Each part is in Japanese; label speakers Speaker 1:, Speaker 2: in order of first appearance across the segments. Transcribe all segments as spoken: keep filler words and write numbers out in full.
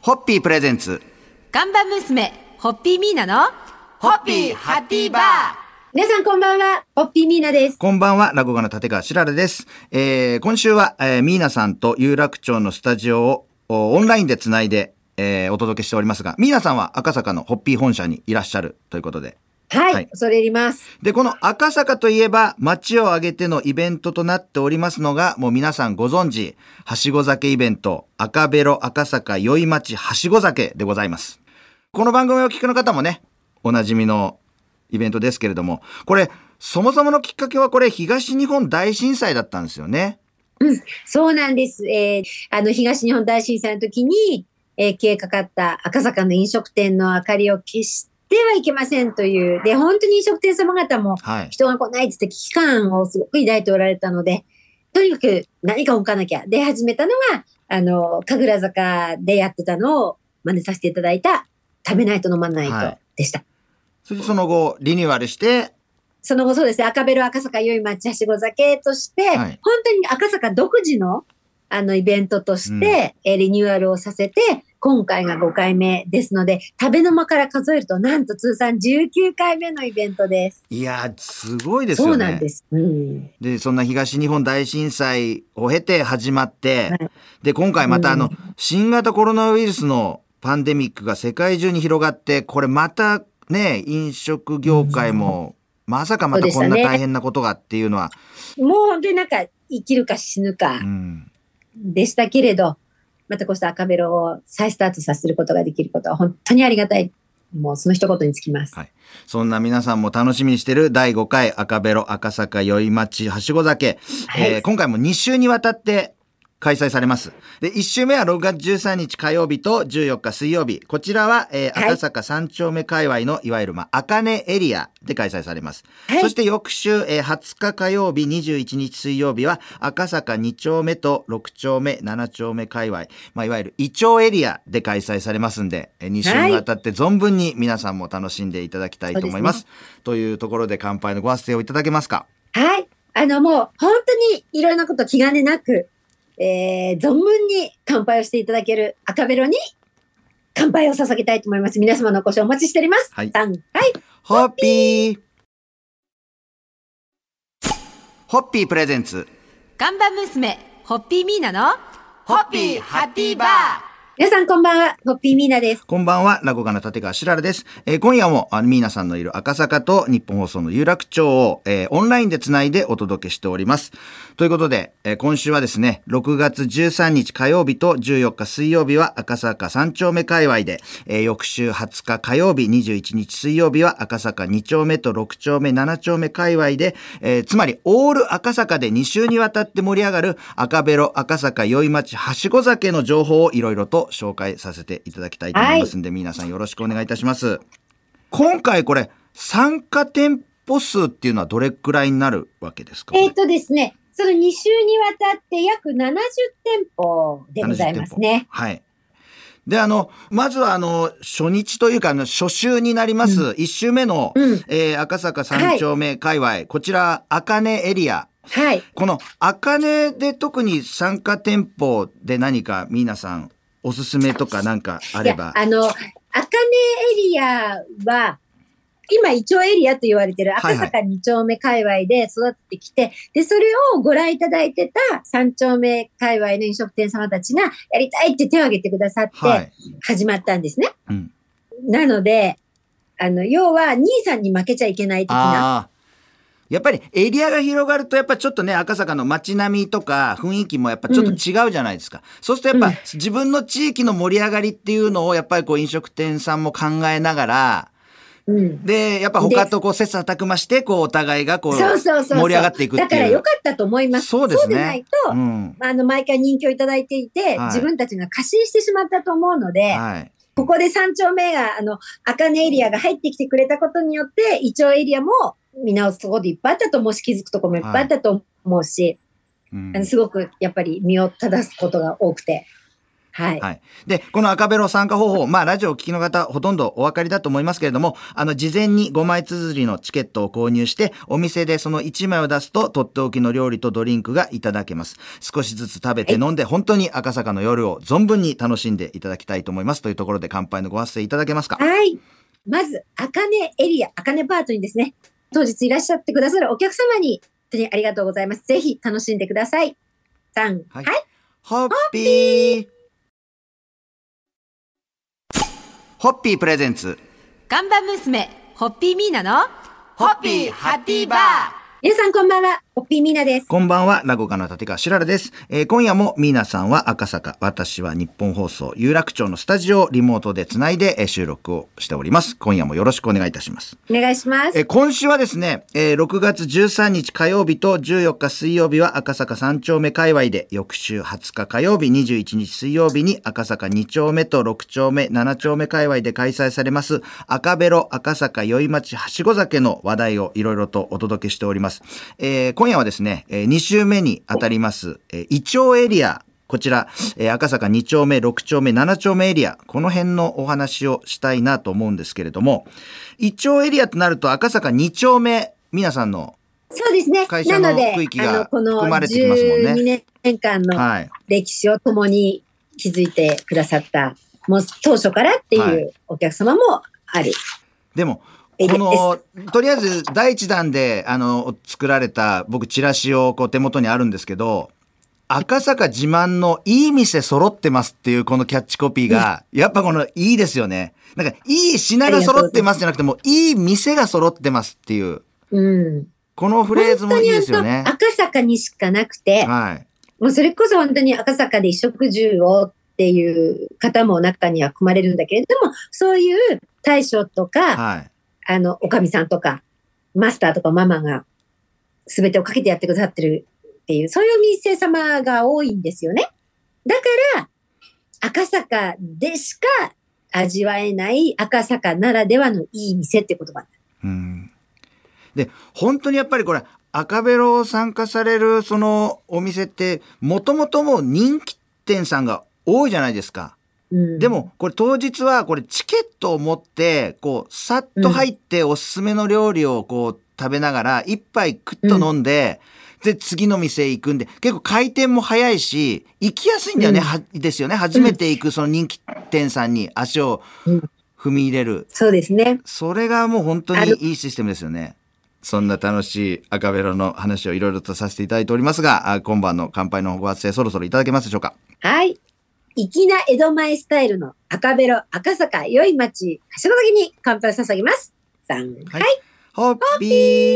Speaker 1: ホッピープレゼンツ
Speaker 2: 看板娘、ホッピーミーナの
Speaker 1: ホッピーハッピーバー。
Speaker 3: 皆さんこんばんは、ホッピーミーナです。
Speaker 1: こんばんは、落語家の立川しららです。えー、今週は、えー、ミーナさんと有楽町のスタジオをオンラインでつないで、えー、お届けしておりますが、ミーナさんは赤坂のホッピー本社にいらっしゃるということで、
Speaker 3: はい、
Speaker 1: はい、
Speaker 3: 恐れ入ります。
Speaker 1: で、この赤坂といえば街を挙げてのイベントとなっておりますのが、もう皆さんご存知、はしご酒イベント、赤ベロ赤坂宵町はしご酒でございます。この番組をお聞きの方もね、おなじみのイベントですけれども、これそもそものきっかけはこれ東日本大震災だったんですよね。
Speaker 3: うん、そうなんです。えー、あの東日本大震災の時に、えー、消えかかった赤坂の飲食店の明かりを消してではいけませんという。で、本当に飲食店様方も人が来ないって言って危機感をすごく抱いておられたので、とにかく何か置かなきゃ。で、始めたのが、あの、神楽坂でやってたのを真似させていただいた、食べないと飲まないとでした。はい、
Speaker 1: それでその後、リニューアルして、
Speaker 3: その後そうですね、赤ベロ赤坂宵町はしご酒として、はい、本当に赤坂独自のあのイベントとして、うん、リニューアルをさせて、今回がごかいめですので、食べの間から数えるとなんと通算じゅうきゅうかいめのイベントです。
Speaker 1: いやー、すごいですよね。
Speaker 3: そうなんです。うん、
Speaker 1: で、そんな東日本大震災を経て始まって、はい、で、今回またあの、うん、新型コロナウイルスのパンデミックが世界中に広がって、これまたね、飲食業界も、まさかまたこんな大変なことがっていうのは。
Speaker 3: もう本当になんか生きるか死ぬかでしたけれど、うんまたこうした赤ベロを再スタートさせることができることは本当にありがたい。もうその一言につきます。
Speaker 1: はい、そんな皆さんも楽しみにしているだいごかい赤ベロ赤坂宵町はしご酒、はいえー、今回もに週にわたって開催されます。で、いち週目はろくがつじゅうさんにち火曜日とじゅうよっか水曜日。こちらは、えー、赤坂さん丁目界隈のいわゆる、まあ、赤根エリアで開催されます。はい、そして翌週、えー、はつか火曜日、にじゅういちにち水曜日は赤坂に丁目とろく丁目、なな丁目界隈、まあ、いわゆるイチョウエリアで開催されますんで、えー、に週にわたって存分に皆さんも楽しんでいただきたいと思います。はい、というところで乾杯のご発声をいただけますか。
Speaker 3: はい。あのもう本当にいろんなこと気兼ねなく、えー、存分に乾杯をしていただける赤ベロに乾杯を捧げたいと思います。皆様のお越しをお待ちしております。
Speaker 1: はい。
Speaker 3: さんはい。
Speaker 1: ホッピー。ホッピープレゼンツ。
Speaker 2: 看板娘、ホッピーミーナの
Speaker 1: ホッピーハッピーバー。
Speaker 3: 皆さんこんばんは、ホッピーミーナです。
Speaker 1: こんばんは、落語家の立川しららです。えー、今夜もあのミーナさんのいる赤坂と日本放送の有楽町を、えー、オンラインでつないでお届けしております。ということで、えー、今週はですね、ろくがつじゅうさんにち火曜日とじゅうよっか水曜日は赤坂さん丁目界隈で、えー、翌週はつか火曜日、にじゅういちにち水曜日は赤坂に丁目とろく丁目、なな丁目界隈で、えー、つまりオール赤坂でに週にわたって盛り上がる赤ベロ赤坂宵町はしご酒の情報をいろいろと紹介させていただきたいと思いますんで、はい、皆さんよろしくお願いいたします。今回これ参加店舗数っていうのはどれくらいになるわけですか。
Speaker 3: えっとですね、そのに週にわたって約ななじゅってんぽでございますね。
Speaker 1: はい。で、あの、まずはあの、初日というか、あの、初週になります、うん、いち週目の、うんえー、赤坂さん丁目界隈、はい、こちら、赤根エリア。
Speaker 3: はい。
Speaker 1: この赤根で特に参加店舗で何か皆さんおすすめとかなんかあれば。
Speaker 3: あの、赤根エリアは、今、イチョウエリアと言われてる赤坂に丁目界隈で育ってきて、はいはい、で、それをご覧いただいてたさん丁目界隈の飲食店様たちがやりたいって手を挙げてくださって始まったんですね。はいうん、なので、あの、要は、兄さんに負けちゃいけない的な。
Speaker 1: やっぱりエリアが広がるとやっぱちょっとね赤坂の街並みとか雰囲気もやっぱちょっと違うじゃないですか、うん、そうするとやっぱ自分の地域の盛り上がりっていうのをやっぱりこう飲食店さんも考えながら、うん、でやっぱ他とこう切磋琢磨してこうお互いがこう盛り上がっていくっていう。
Speaker 3: だから良かったと思います。
Speaker 1: そうですね。
Speaker 3: そうでないと、うん、あの毎回人気をいただいていて、はい、自分たちが過信してしまったと思うので、はいここでさん丁目が、あの、赤根エリアが入ってきてくれたことによって、イチョウエリアも見直すところでいっぱいあったと思うし、気づくところもいっぱいあったと思うし、はいうん、あのすごくやっぱり身を正すことが多くて。 はい。
Speaker 1: はい。で、この赤ベロ参加方法、まあ、ラジオをお聞きの方、ほとんどお分かりだと思いますけれども、あの、事前にごまい綴りのチケットを購入して、お店でそのいちまいを出すと、とっておきの料理とドリンクがいただけます。少しずつ食べて飲んで、本当に赤坂の夜を存分に楽しんでいただきたいと思います。というところで、乾杯のご発声いただけますか？
Speaker 3: はい。まず、あかねエリア、あかねパートにですね、当日いらっしゃってくださるお客様に、本当にありがとうございます。ぜひ楽しんでください。さん、
Speaker 1: はい。
Speaker 3: はい。
Speaker 1: ホッピーホッピープレゼンツ
Speaker 2: 看板娘、ホッピーミーナのホッピーハッピーバー。
Speaker 3: 皆さんこんばんは、ホッピーミーナです。
Speaker 1: こんばんは、落語家の立川しららです。えー、今夜もミーナさんは赤坂、私は日本放送有楽町のスタジオをリモートでつないで、えー、収録をしております。今夜もよろしくお願いいたします。
Speaker 3: お願いします。
Speaker 1: えー、今週はですね、えー、ろくがつじゅうさんにち火曜日とじゅうよっか水曜日は赤坂さん丁目界隈で、翌週はつか火曜日、にじゅういちにち水曜日に赤坂に丁目とろく丁目、なな丁目界隈で開催されます赤ベロ赤坂宵町はしご酒の話題をいろいろとお届けしております。えー今夜はですね、に週目にあたります、イチョウエリア、こちら、赤坂に丁目、ろく丁目、なな丁目エリア、この辺のお話をしたいなと思うんですけれども、イチョウエリアとなると赤坂に丁目、皆さんの
Speaker 3: そうですね。
Speaker 1: 会社の区域が含まれてきますもんね。
Speaker 3: じゅうにねんかんの歴史を共に築いてくださった、もう当初からっていうお客様もある。はい、
Speaker 1: でも、このとりあえず第一弾であの作られた僕チラシをこう手元にあるんですけど、赤坂自慢のいい店揃ってますっていうこのキャッチコピーが、うん、やっぱこのいいですよね。なんかいい品が揃ってますじゃなくてもいい店が揃ってますっていう、うん、このフレーズもいいですよね。
Speaker 3: 赤坂にしかなくて、
Speaker 1: はい、
Speaker 3: もうそれこそ本当に赤坂で衣食住をっていう方も中には含まれるんだけれども、そういう大将とか、はい、あの、おかみさんとか、マスターとかママが全てをかけてやってくださってるっていう、そういうお店様が多いんですよね。だから、赤坂でしか味わえない赤坂ならではのいい店って言葉。
Speaker 1: うん。で、本当にやっぱりこれ、赤ベロ参加されるそのお店って、もともともう人気店さんが多いじゃないですか。うん、でもこれ当日はこれチケットを持ってこうさっと入っておすすめの料理をこう食べながら一杯クッと飲んで、うん、で次の店行くんで結構回転も早いし行きやすいんだよね、うん、はですよね。初めて行くその人気店さんに足を踏み入れる、うん、
Speaker 3: そうですね。
Speaker 1: それがもう本当にいいシステムですよね。そんな楽しい赤ベロの話をいろいろとさせていただいておりますが、今晩の乾杯のご発声そろそろいただけますでしょうか？
Speaker 3: はい、粋な江戸前スタイルの赤ベロ赤坂宵町はしご酒に乾杯捧げます。さん、はい、はい、
Speaker 1: ホッピー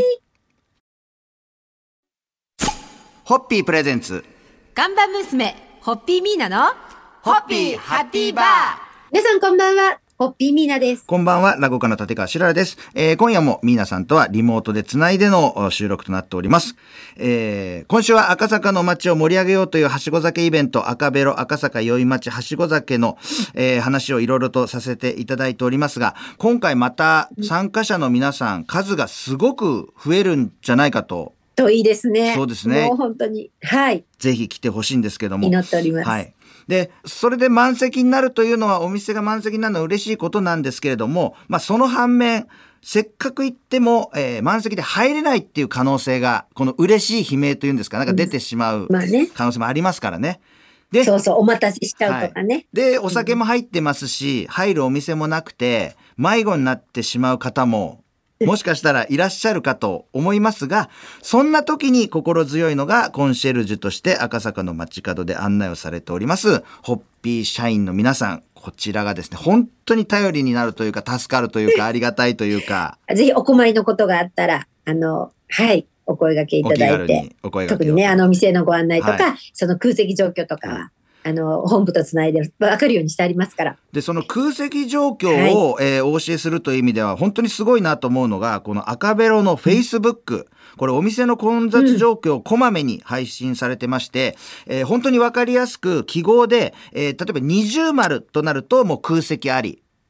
Speaker 1: ホッピープレゼンツ
Speaker 2: 看板娘ホッピーミーナのホッピーハッピーバー。
Speaker 3: 皆さんこんばんは、ホッピーミーナです。
Speaker 1: こんばんは、落語家の立川しららです。えー、今夜もミーナさんとはリモートでつないでの収録となっております。えー、今週は赤坂の街を盛り上げようというはしご酒イベント、赤ベロ赤坂宵町はしご酒の、えー、話をいろいろとさせていただいておりますが、今回また参加者の皆さん、数がすごく増えるんじゃないかと。
Speaker 3: といいですね。
Speaker 1: そうですね。
Speaker 3: もう本当に。はい。
Speaker 1: ぜひ来てほしいんですけども。
Speaker 3: 祈っております。
Speaker 1: はい。で、それで満席になるというのは、お店が満席になるのは嬉しいことなんですけれども、まあその反面、せっかく行っても、えー、満席で入れないっていう可能性が、この嬉しい悲鳴というんですか、なんか出てしまう可能性もありますからね。
Speaker 3: で、そうそう、お待たせしちゃうとかね。はい、
Speaker 1: で、お酒も入ってますし、入るお店もなくて、迷子になってしまう方も、もしかしたらいらっしゃるかと思いますが、そんな時に心強いのがコンシェルジュとして赤坂の街角で案内をされておりますホッピー社員の皆さん、こちらがですね、本当に頼りになるというか助かるというかありがたいというか
Speaker 3: ぜひお困りのことがあったらあのはいお声掛けいただいて、お声掛け特にねあのお店のご案内とか、はい、その空席状況とかは、あの本部とつないで分かるようにしてありますから。
Speaker 1: でその空席状況を、はいえー、お教えするという意味では本当にすごいなと思うのがこの赤ベロのフェイスブック、うん、これお店の混雑状況をこまめに配信されてまして、うんえー、本当に分かりやすく記号で、えー、例えば二重丸となるともう空席あり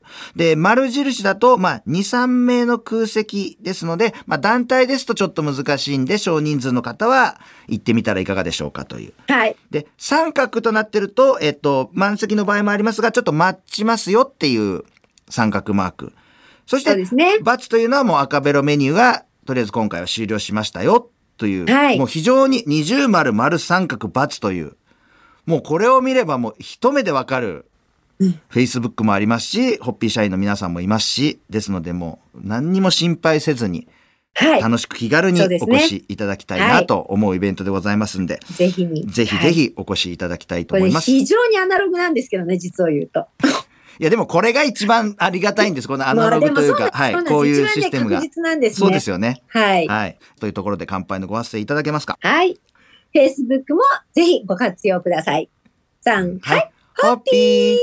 Speaker 1: で、丸印だと、まあ、に、さんめいの空席ですので、まあ、団体ですとちょっと難しいんで、少人数の方は行ってみたらいかがでしょうかという。
Speaker 3: はい。
Speaker 1: で、三角となってると、えっと、満席の場合もありますが、ちょっと待ちますよっていう三角マーク。そして、
Speaker 3: そうですね。
Speaker 1: ×というのはもう赤ベロメニューが、とりあえず今回は終了しましたよという、
Speaker 3: はい、
Speaker 1: もう非常に二重丸丸三角×という、もうこれを見ればもう一目でわかる、うん、Facebook もありますし、ホッピー社員の皆さんもいますし、ですのでもう何にも心配せずに、はい、楽しく気軽にお越しいただきたいなと思うイベントでございますんで、
Speaker 3: ぜひに。
Speaker 1: ぜひぜひお越しいただきたいと思います。
Speaker 3: これ非常にアナログなんですけどね、実を言うと。
Speaker 1: いやでもこれが一番ありがたいんです。このアナログというか、はい、こういうシステムが。
Speaker 3: 確実なんですね。
Speaker 1: そうですよね。
Speaker 3: はい。
Speaker 1: はい。というところで乾杯のご発声いただけますか。
Speaker 3: はい。Facebook もぜひご活用ください。さん、はい。はい、ホッピ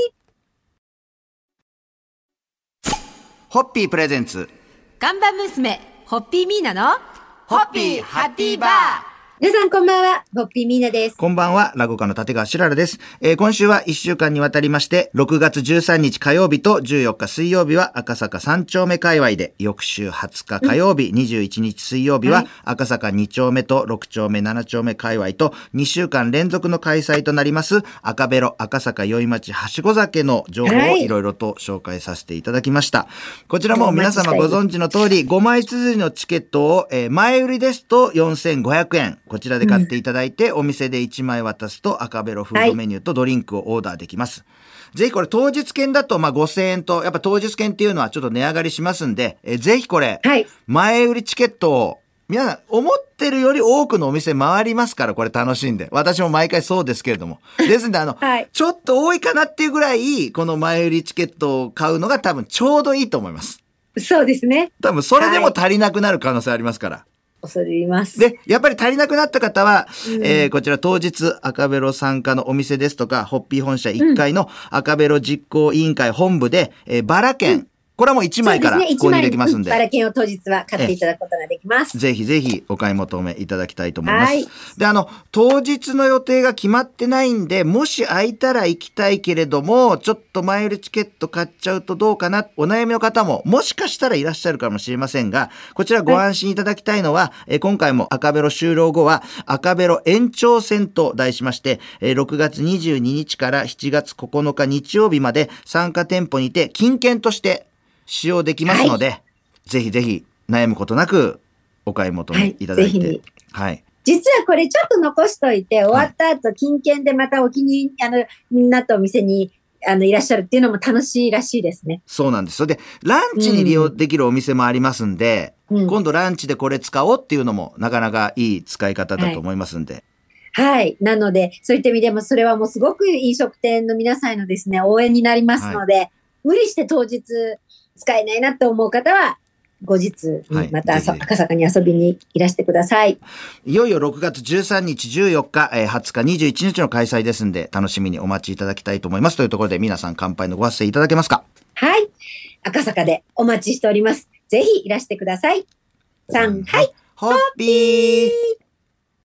Speaker 1: ー。ホッピープレゼンツ。
Speaker 2: 看板娘、ホッピーミーナのホッピーハッピーバー。
Speaker 3: 皆さんこんばんは、ホッピーミーナです。
Speaker 1: こんばんは、落語家の立川しららです。えー、今週はいっしゅうかんにわたりまして、ろくがつじゅうさんにち火曜日とじゅうよっか水曜日は赤坂さんちょうめ界隈で、翌週はつか火曜日、うん、にじゅういちにち水曜日は赤坂にちょうめとろくちょうめななちょうめ界隈とにしゅうかん連続の開催となります赤ベロ赤坂宵町はしご酒の情報をいろいろと紹介させていただきました。はい、こちらも皆様ご存知の通り、ごまい綴りのチケットを、えー、前売りですとよんせんごひゃくえん、こちらで買っていただいて、うん、お店でいちまい渡すと赤ベロフードメニューとドリンクをオーダーできます。はい、ぜひこれ当日券だとまあごせんえんと、やっぱ当日券っていうのはちょっと値上がりしますんで、えぜひこれ、はい、前売りチケットを皆さん思ってるより多くのお店回りますから、これ楽しんで。私も毎回そうですけれども。ですんであの、はい、ちょっと多いかなっていうぐらい、この前売りチケットを買うのが多分ちょうどいいと思います。
Speaker 3: そうですね。
Speaker 1: 多分それでも足りなくなる可能性ありますから。はい、
Speaker 3: 恐れ入ります。
Speaker 1: で、やっぱり足りなくなった方は、うん、えー、こちら当日赤ベロ参加のお店ですとか、ホッピー本社いっかいの赤ベロ実行委員会本部で、えー、バラ券、うん、これはもういちまいから購入できますんで。
Speaker 3: バラ券を当日は買っていただくことができます。
Speaker 1: ぜひぜひお買い求めいただきたいと思います。はい、で、あの、当日の予定が決まってないんで、もし空いたら行きたいけれども、ちょっと前売りチケット買っちゃうとどうかな、お悩みの方ももしかしたらいらっしゃるかもしれませんが、こちらご安心いただきたいのは、はい、え今回も赤ベロ終了後は赤ベロ延長戦と題しまして、ろくがつにじゅうににちからしちがつここのか日曜日まで参加店舗にて金券として使用できますので、はい、ぜひぜひ悩むことなくお買い求めいただいて、はい、はい、
Speaker 3: 実はこれちょっと残しといて、終わった後、はい、金券でまたお気に入りあのになったお店にあのいらっしゃるっていうのも楽しいらしいですね。
Speaker 1: そうなんです。それでランチに利用できるお店もありますんで、うん、今度ランチでこれ使おうっていうのもなかなかいい使い方だと思いますんで。
Speaker 3: はいはい。なので、そういった意味でも、それはもうすごく飲食店の皆さんへのですね、応援になりますので、はい、無理して当日使えないなと思う方は、後日、また、はい、赤坂に遊びにいらしてください。
Speaker 1: いよいよろくがつじゅうさんにち、じゅうよっか、はつか、にじゅういちにちの開催ですんで、楽しみにお待ちいただきたいと思います。というところで、皆さん乾杯のご発声いただけますか？
Speaker 3: はい。赤坂でお待ちしております。ぜひいらしてください。さん、はい。
Speaker 1: ホッピー